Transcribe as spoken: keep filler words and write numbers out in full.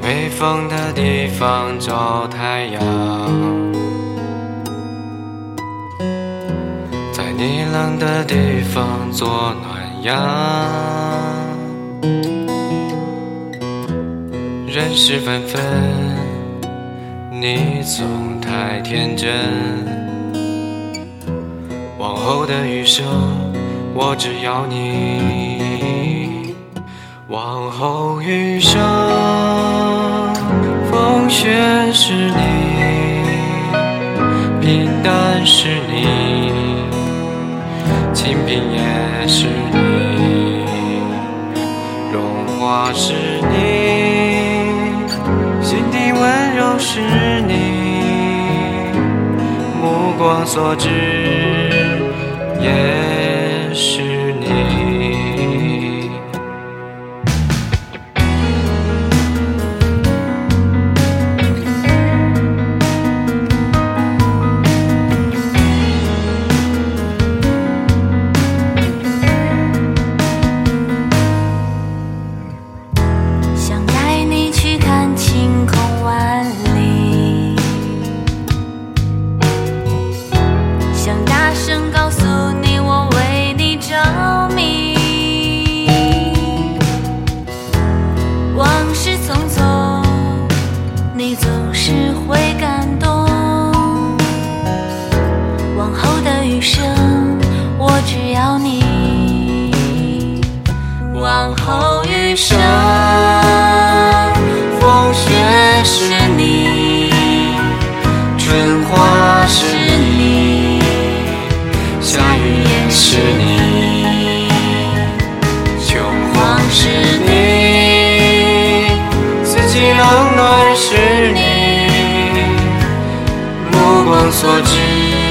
没风的地方找太阳，在你冷的地方做暖阳。人事纷纷，你总太天真。往后的余生，我只要你。往后余生，风雪是你，平淡是你，清贫也是你，荣华是你，心底温柔是你，目光所至也是你。 总是会感动，往后的余生，我只要你。往后余生，风雪是你，春花是你，夏雨也是你，秋黄是你，四季冷暖是你，目光所至